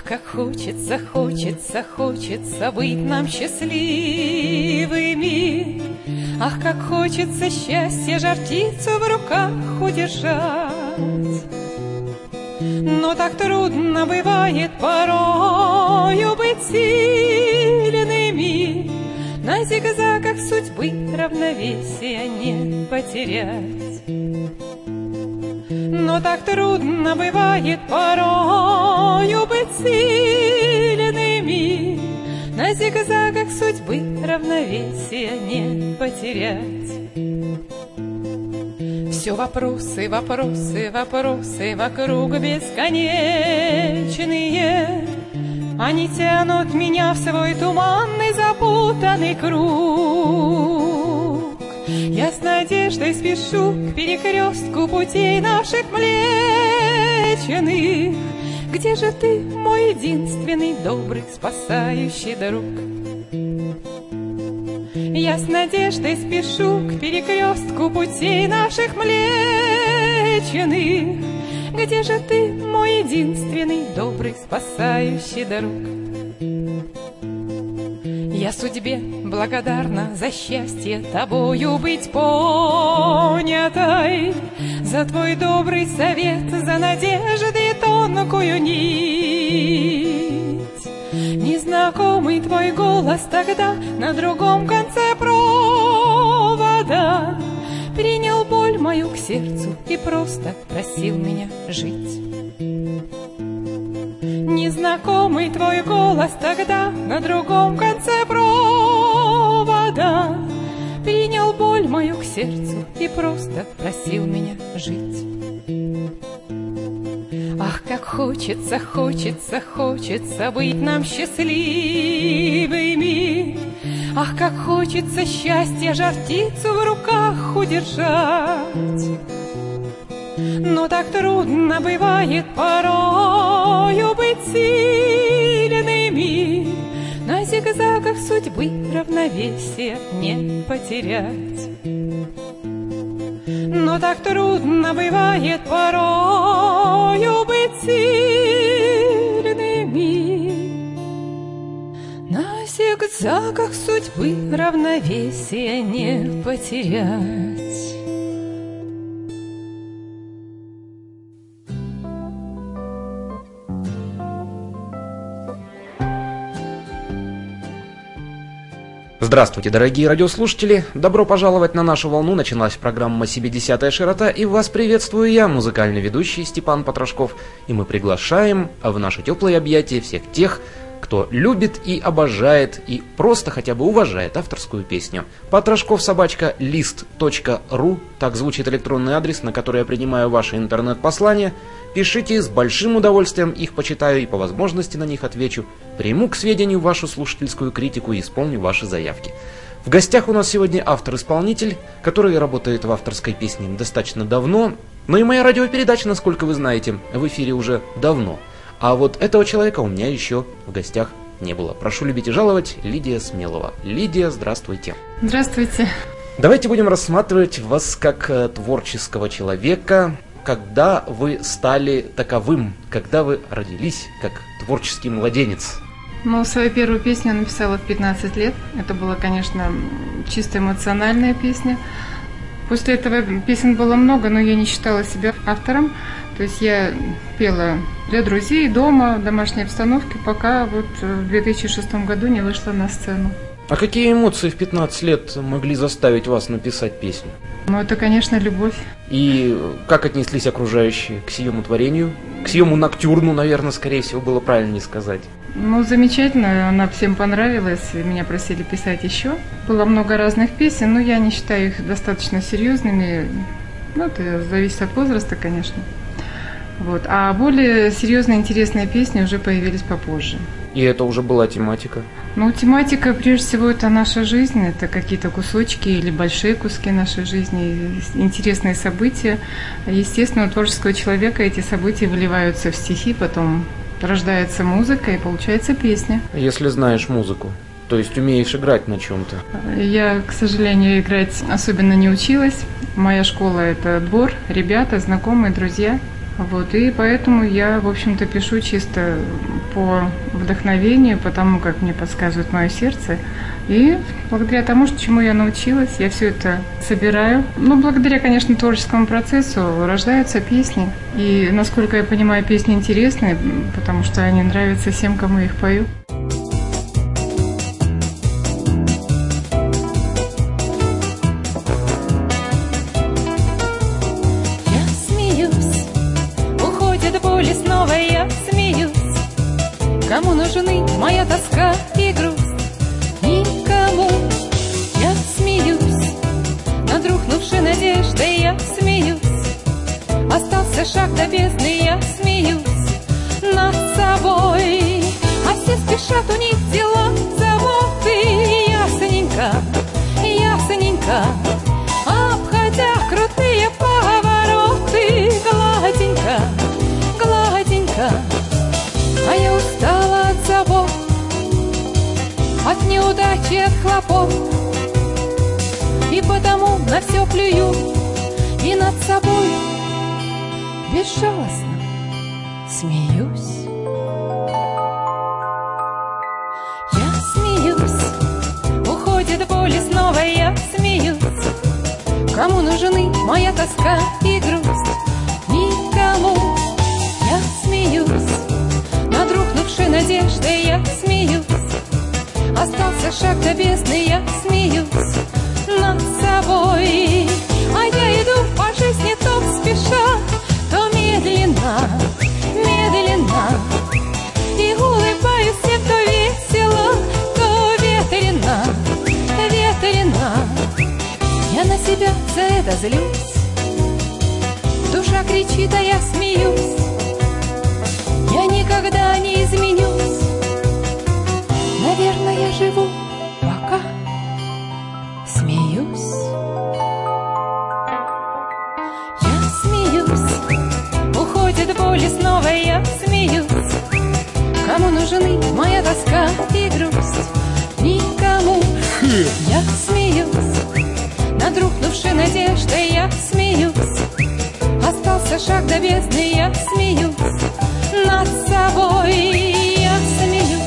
как хочется, хочется, хочется быть нам счастливыми. Ах, как хочется счастья жар-птицу в руках удержать. Но так трудно бывает порою быть сильными, на зигзагах судьбы равновесия не потерять. Но так трудно бывает порою быть сильными, на зигзагах судьбы равновесия не потерять. Все вопросы, вопросы, вопросы вокруг бесконечные. Они тянут меня в свой туманный запутанный круг. Я с надеждой спешу к перекрестку путей наших млечных. Где же ты, мой единственный добрый спасающий друг? Я с надеждой спешу к перекрестку путей наших млечных. Где же ты, мой единственный добрый спасающий друг? Я судьбе благодарна за счастье тобою быть понятой, за твой добрый совет, за надежды тонкую нить. Незнакомый твой голос тогда на другом конце провода принял боль мою к сердцу и просто просил меня жить. Незнакомый твой голос тогда на другом конце провода принял боль мою к сердцу и просто просил меня жить. Ах, как хочется, хочется, хочется быть нам счастливыми. Ах, как хочется счастья жар-птицу в руках удержать. Но так трудно бывает порою быть сильными, на зигзагах судьбы равновесия не потерять. Но так трудно бывает порою быть сильными, на зигзагах судьбы равновесия не потерять. Здравствуйте, дорогие радиослушатели! Добро пожаловать на нашу волну. Началась программа «70-я широта», и вас приветствую я, музыкальный ведущий Степан Потрошков. И мы приглашаем в наши теплые объятия всех тех, кто любит и обожает, и просто хотя бы уважает авторскую песню. Потрошков@list.ru, так звучит электронный адрес, на который я принимаю ваши интернет-послания. Пишите, с большим удовольствием их почитаю и по возможности на них отвечу. Приму к сведению вашу слушательскую критику и исполню ваши заявки. В гостях у нас сегодня автор-исполнитель, который работает в авторской песне достаточно давно. Но и моя радиопередача, насколько вы знаете, в эфире уже давно. А вот этого человека у меня еще в гостях не было. Прошу любить и жаловать, Лидия Смелова. Лидия, здравствуйте. Здравствуйте. Давайте будем рассматривать вас как творческого человека. Когда вы стали таковым? Когда вы родились как творческий младенец? Ну, свою первую песню я написала в 15 лет. Это была, конечно, чисто эмоциональная песня. После этого песен было много, но я не считала себя автором. То есть я пела для друзей, дома, в домашней обстановке, пока вот в 2006 году не вышла на сцену. А какие эмоции в 15 лет могли заставить вас написать песню? Ну, это, конечно, любовь. И как отнеслись окружающие к сиему творению? К сиему ноктюрну, наверное, скорее всего, было правильнее сказать. Ну, замечательно, она всем понравилась, меня просили писать еще. Было много разных песен, но я не считаю их достаточно серьезными. Ну, это зависит от возраста, конечно. Вот. А более серьезные, интересные песни уже появились попозже. И это уже была тематика? Ну, тематика, прежде всего, это наша жизнь, это какие-то кусочки или большие куски нашей жизни, интересные события. Естественно, у творческого человека эти события выливаются в стихи, потом рождается музыка и получается песня. Если знаешь музыку, то есть умеешь играть на чем-то? Я, к сожалению, играть особенно не училась. Моя школа – это отбор, ребята, знакомые, друзья. Вот, и поэтому я, в общем-то, пишу чисто по вдохновению, по тому, как мне подсказывает мое сердце. И благодаря тому, чему я научилась, я все это собираю. Ну, благодаря, конечно, творческому процессу рождаются песни. И, насколько я понимаю, песни интересные, потому что они нравятся всем, кому я их пою. Кому нужны моя тоска и грусть? Никому. Я смеюсь, над рухнувшей надеждой я смеюсь. Остался шаг до бездны, я смеюсь над собой. А все спешат, у них дела, заботы. Ясненько, ясненько, обходя крутые повороты. Гладенько, гладенько. А я устала от забот, от неудачи, от хлопот. И потому на все плюю и над собой безжалостно смеюсь. Я смеюсь, уходит боль и снова я смеюсь. Кому нужны моя тоска и грусть? Никому. Я смеюсь, над рухнувшей надеждой я смеюсь. Остался шаг до бездны, я смеюсь над собой. А я иду по жизни то спеша, то медленно, медленно. И улыбаюсь всем то весело, то ветрено, ветрено. Я на себя за это злюсь. Душа кричит, а я смеюсь. Я никогда не изменюсь. Наверное, я живу, пока смеюсь. Я смеюсь, уходит боль и снова я смеюсь. Кому нужны моя тоска и грусть? Никому. Я смеюсь, над рухнувшей надеждой я смеюсь. Остался шаг до бездны, я смеюсь над собой, я смеюсь.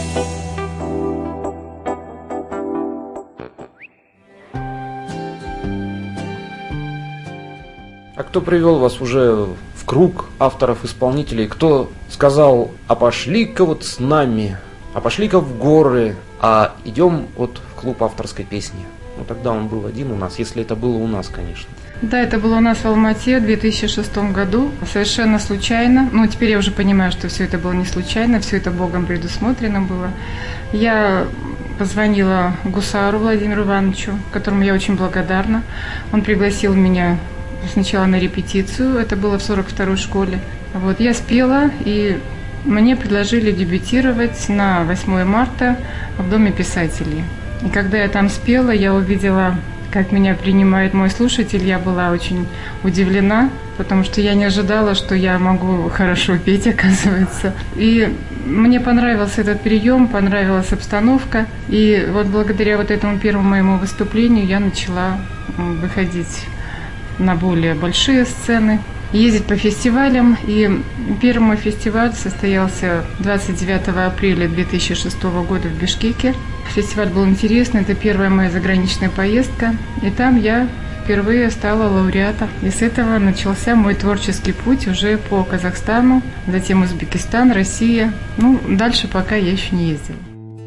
А кто привел вас уже в круг авторов-исполнителей? Кто сказал, а пошли-ка вот с нами, а пошли-ка в горы, а идем вот в клуб авторской песни? Ну тогда он был один у нас, если это было у нас, конечно. Да, это было у нас в Алмате в 2006 году, совершенно случайно. Ну, теперь я уже понимаю, что все это было не случайно, все это Богом предусмотрено было. Я позвонила Гусару Владимиру Ивановичу, которому я очень благодарна. Он пригласил меня сначала на репетицию, это было в 42-й школе. Вот, я спела, и мне предложили дебютировать на 8 марта в Доме писателей. И когда я там спела, я увидела, как меня принимает мой слушатель. Я была очень удивлена, потому что я не ожидала, что я могу хорошо петь, оказывается. И мне понравился этот прием, понравилась обстановка. И вот благодаря вот этому первому моему выступлению я начала выходить на более большие сцены, ездить по фестивалям. И первый мой фестиваль состоялся 29 апреля 2006 года в Бишкеке. Фестиваль был интересный, это первая моя заграничная поездка. И там я впервые стала лауреатом. И с этого начался мой творческий путь уже по Казахстану, затем Узбекистан, Россия. Ну, дальше пока я еще не ездила.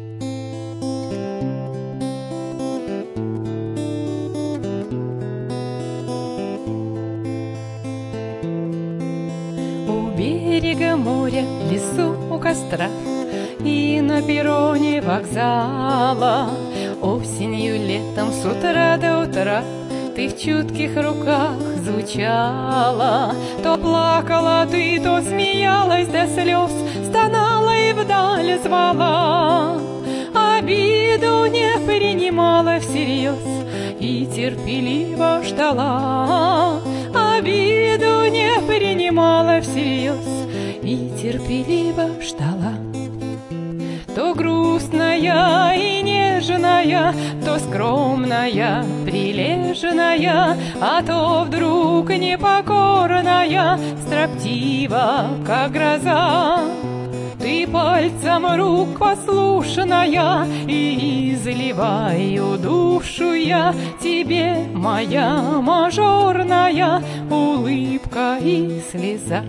Берега моря, в лесу у костра и на перроне вокзала. Осенью, летом, с утра до утра ты в чутких руках звучала. То плакала ты, то смеялась до слез, стонала и вдаль звала. Обиду не принимала всерьез и терпеливо ждала. Обиду не принимала всерьез и терпеливо ждала. То грустная и нежная, то скромная, прилежная, а то вдруг непокорная мажорная, строптива, как гроза. Ты пальцем рук послушная, и изливаю душу я тебе, моя мажорная, улыбка и слеза.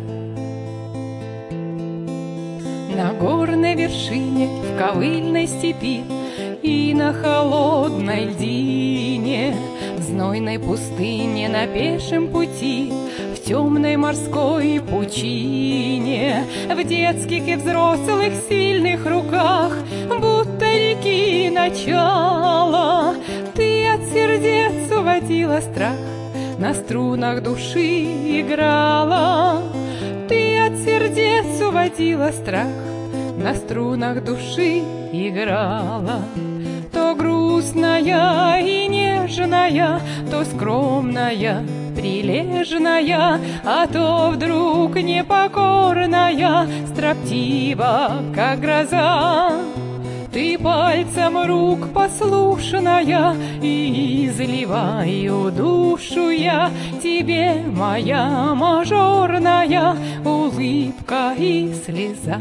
На горной вершине, в ковыльной степи и на холодной льдине, в знойной пустыне, на пешем пути, в темной морской пучине, в детских и взрослых сильных руках, будто реки начало, ты от сердец уводила страх, на струнах души играла. Ты от сердец уводила страх, на струнах души играла. То грустная и нежная, то скромная, прилежная, а то вдруг непокорная, строптива, как гроза. Ты пальцем рук послушная, и изливаю душу я тебе, моя мажорная, улыбка и слеза.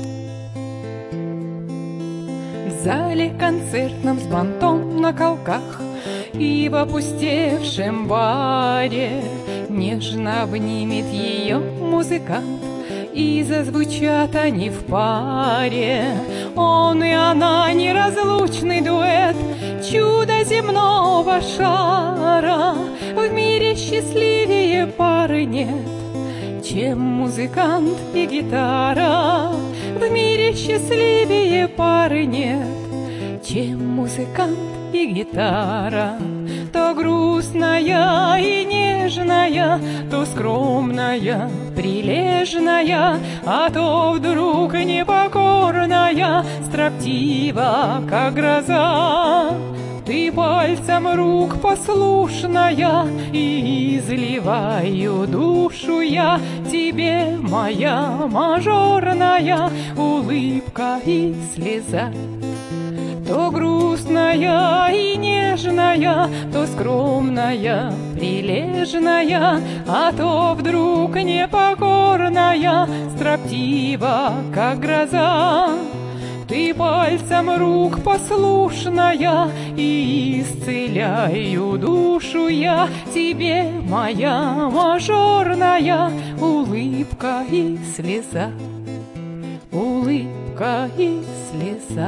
В зале концертном с бантом на колках и в опустевшем баре нежно обнимет ее музыкант, и зазвучат они в паре. Он и она неразлучный дуэт, чудо земного шара. В мире счастливее пары нет, чем музыкант и гитара. В мире счастливее пары нет, чем музыкант и гитара. То грустная и нежная, то скромная, прилежная, а то вдруг непокорная, строптива, как гроза. Ты пальцем рук послушная, и изливаю душу я тебе, моя мажорная, улыбка и слеза. То грустная и нежная, то скромная, прилежная, а то вдруг непокорная, строптива, как гроза. Ты пальцем рук послушная, и исцеляю душу я тебе, моя мажорная, улыбка и слеза, улыбка и слеза.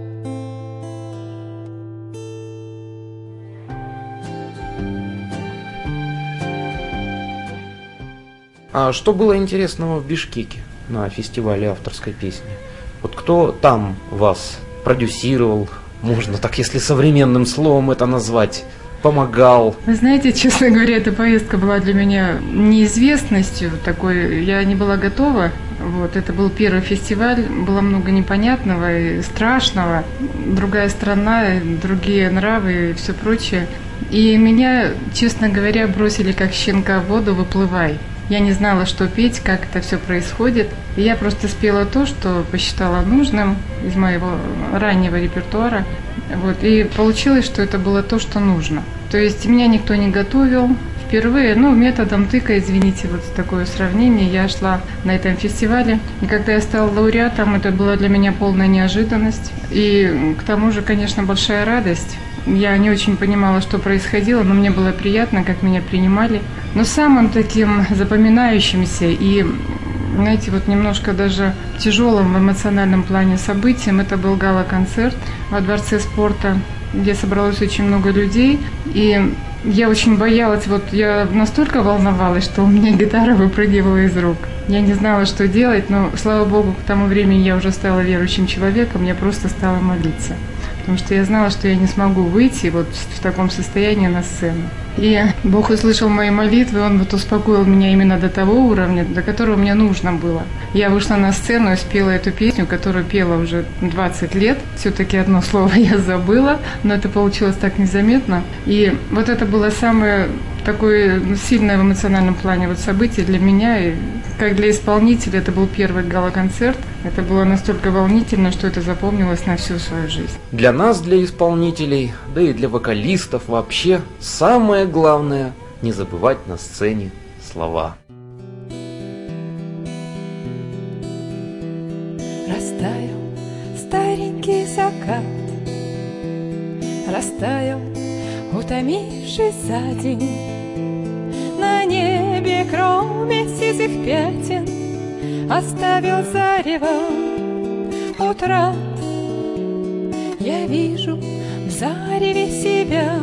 А что было интересного в Бишкеке на фестивале авторской песни? Вот кто там вас продюсировал, можно так, если современным словом это назвать, помогал? Вы знаете, честно говоря, эта поездка была для меня неизвестностью такой, я не была готова. Вот, это был первый фестиваль, было много непонятного и страшного, другая страна, другие нравы и все прочее. И меня, честно говоря, бросили как щенка в воду, выплывай. Я не знала, что петь, как это все происходит. И я просто спела то, что посчитала нужным из моего раннего репертуара. Вот. И получилось, что это было то, что нужно. То есть меня никто не готовил. Впервые, методом тыка, извините, вот такое сравнение, я шла на этом фестивале. И когда я стала лауреатом, это была для меня полная неожиданность. И к тому же, конечно, большая радость. Я не очень понимала, что происходило, но мне было приятно, как меня принимали. Но самым таким запоминающимся и, знаете, вот немножко даже тяжелым в эмоциональном плане событием это был гала-концерт во Дворце спорта, где собралось очень много людей. И я очень боялась, я настолько волновалась, что у меня гитара выпрыгивала из рук. Я не знала, что делать, но, слава богу, к тому времени я уже стала верующим человеком, я просто стала молиться. Потому что я знала, что я не смогу выйти в таком состоянии на сцену. И Бог услышал мои молитвы, Он успокоил меня именно до того уровня, до которого мне нужно было. Я вышла на сцену и спела эту песню, которую пела уже 20 лет. Все-таки одно слово я забыла, но это получилось так незаметно. И вот это было самое такое сильное в эмоциональном плане событие для меня. И как для исполнителя это был первый гала-концерт. Это было настолько волнительно, что это запомнилось на всю свою жизнь. Для нас, для исполнителей, да и для вокалистов вообще, самое главное – не забывать на сцене слова. закат растаял, утомившись за день. На небе, кроме сизых пятен, оставил зарево утрат. Я вижу в зареве себя,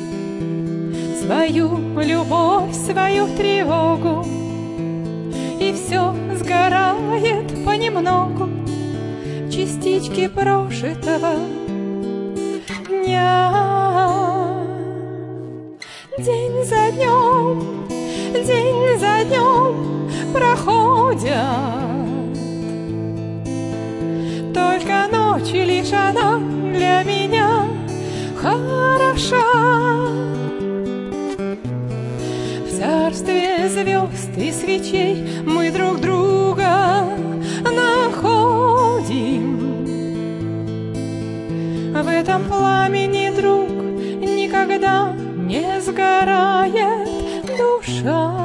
свою любовь, свою тревогу, и все сгорает понемногу, частички прожитого дня. День за днем проходят, только ночи лишь она для меня хороша. В царстве звезд и свечей мы друг друга находим. В этом пламени, друг, никогда не сгорает душа.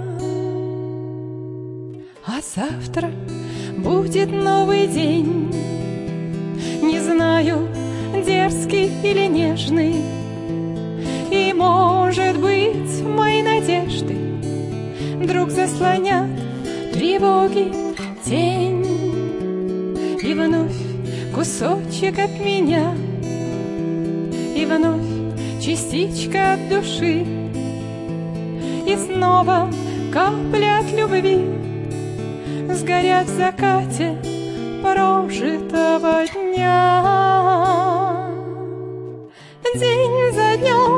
А завтра будет новый день, не знаю, дерзкий или нежный, и, может быть, мои надежды вдруг заслонят тревоги тень, и вновь кусочек от меня, и вновь частичка от души, и снова капля от любви сгорят в закате прожитого дня. День за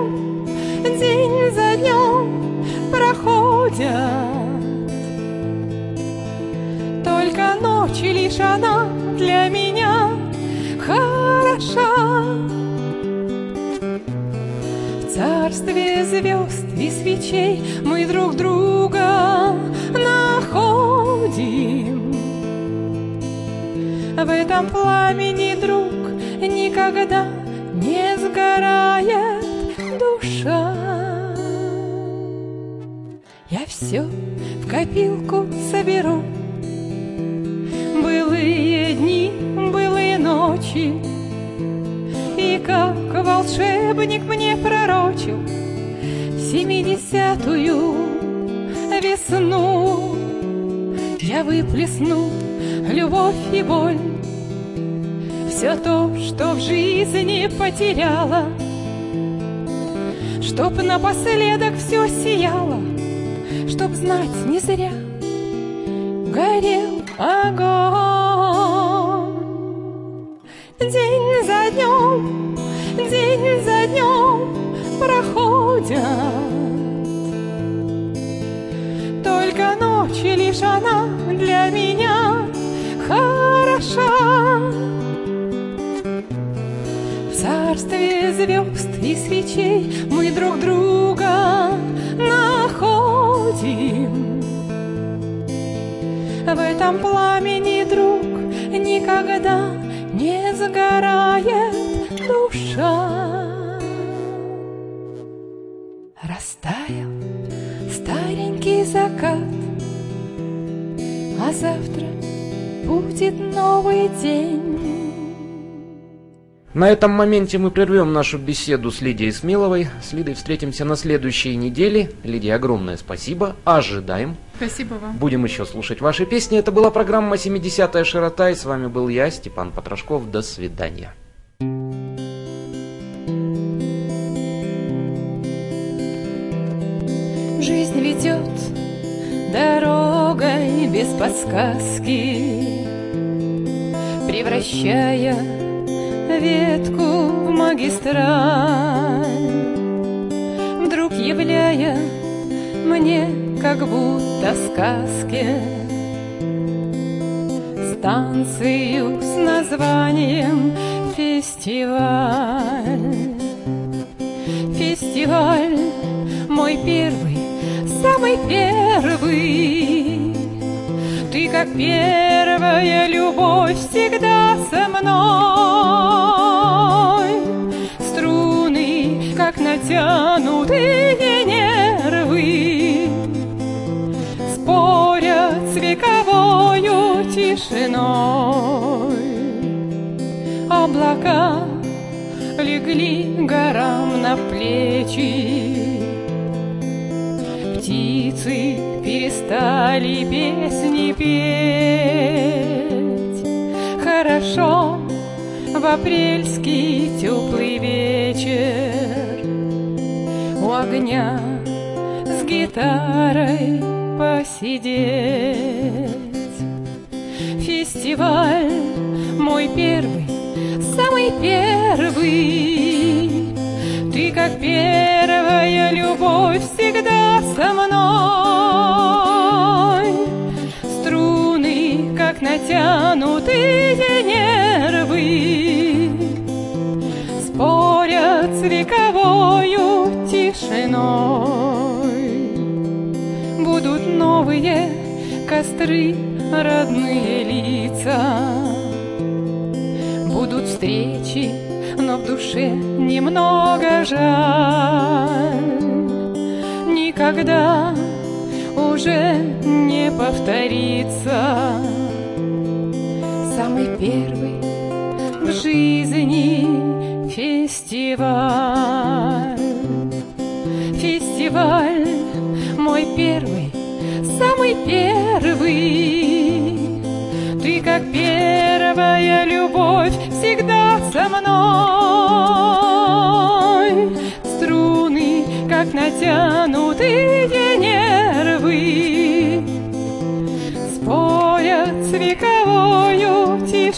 днем проходят, только ночи лишь она для меня хороша. В царстве звезд и свечей мы друг друга находим. В этом пламени, друг, никогда не сгорает душа. Я все в копилку соберу, былые дни, былые ночи, и как волшебник мне пророчил 70-ю весну, я выплесну любовь и боль, все то, что в жизни потеряла, чтоб напоследок все сияло, чтоб знать не зря горел огонь. День за днем проходят, только ночи лишь она для меня хороша. В царстве звезд и свечей мы друг друга находим. В этом пламени, друг, никогда не сгорает душа. Растаял старенький закат, а завтра будет новый день. На этом моменте мы прервем нашу беседу с Лидией Смиловой. С Лидой встретимся на следующей неделе. Лидия, огромное спасибо. Ожидаем. Спасибо вам. Будем еще слушать ваши песни. Это была программа «70-я широта», и с вами был я, Степан Потрошков. До свидания. Жизнь ведет дорогой без подсказки, превращая ветку в магистраль, вдруг являя мне как будто сказки станцию с названием «Фестиваль». Фестиваль мой первый, самый первый. Ты как первая любовь всегда со мной. Струны, как натянутые нервы, спорят с вековою тишиной. А Облака легли горам на плечи, птицы перестали песни петь. Хорошо в апрельский теплый вечер у огня с гитарой посидеть. Фестиваль мой первый, самый первый. Ты как первая любовь всегда со мной. Струны, как натянутые нервы, спорят с вековою тишиной. Будут новые костры, родные лица, будут встречи, но в душе немного жаль. Никогда уже не повторится самый первый в жизни фестиваль. Фестиваль мой первый, самый первый. Ты как первая любовь всегда со мной. Струны, как натянутые нервы, спорят с вековою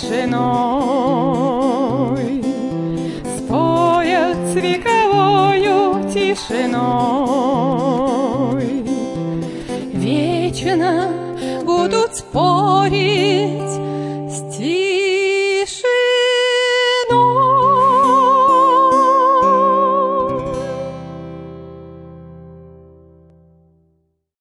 тишиной. Спорят с вековою тишиной. Вечно будут спорить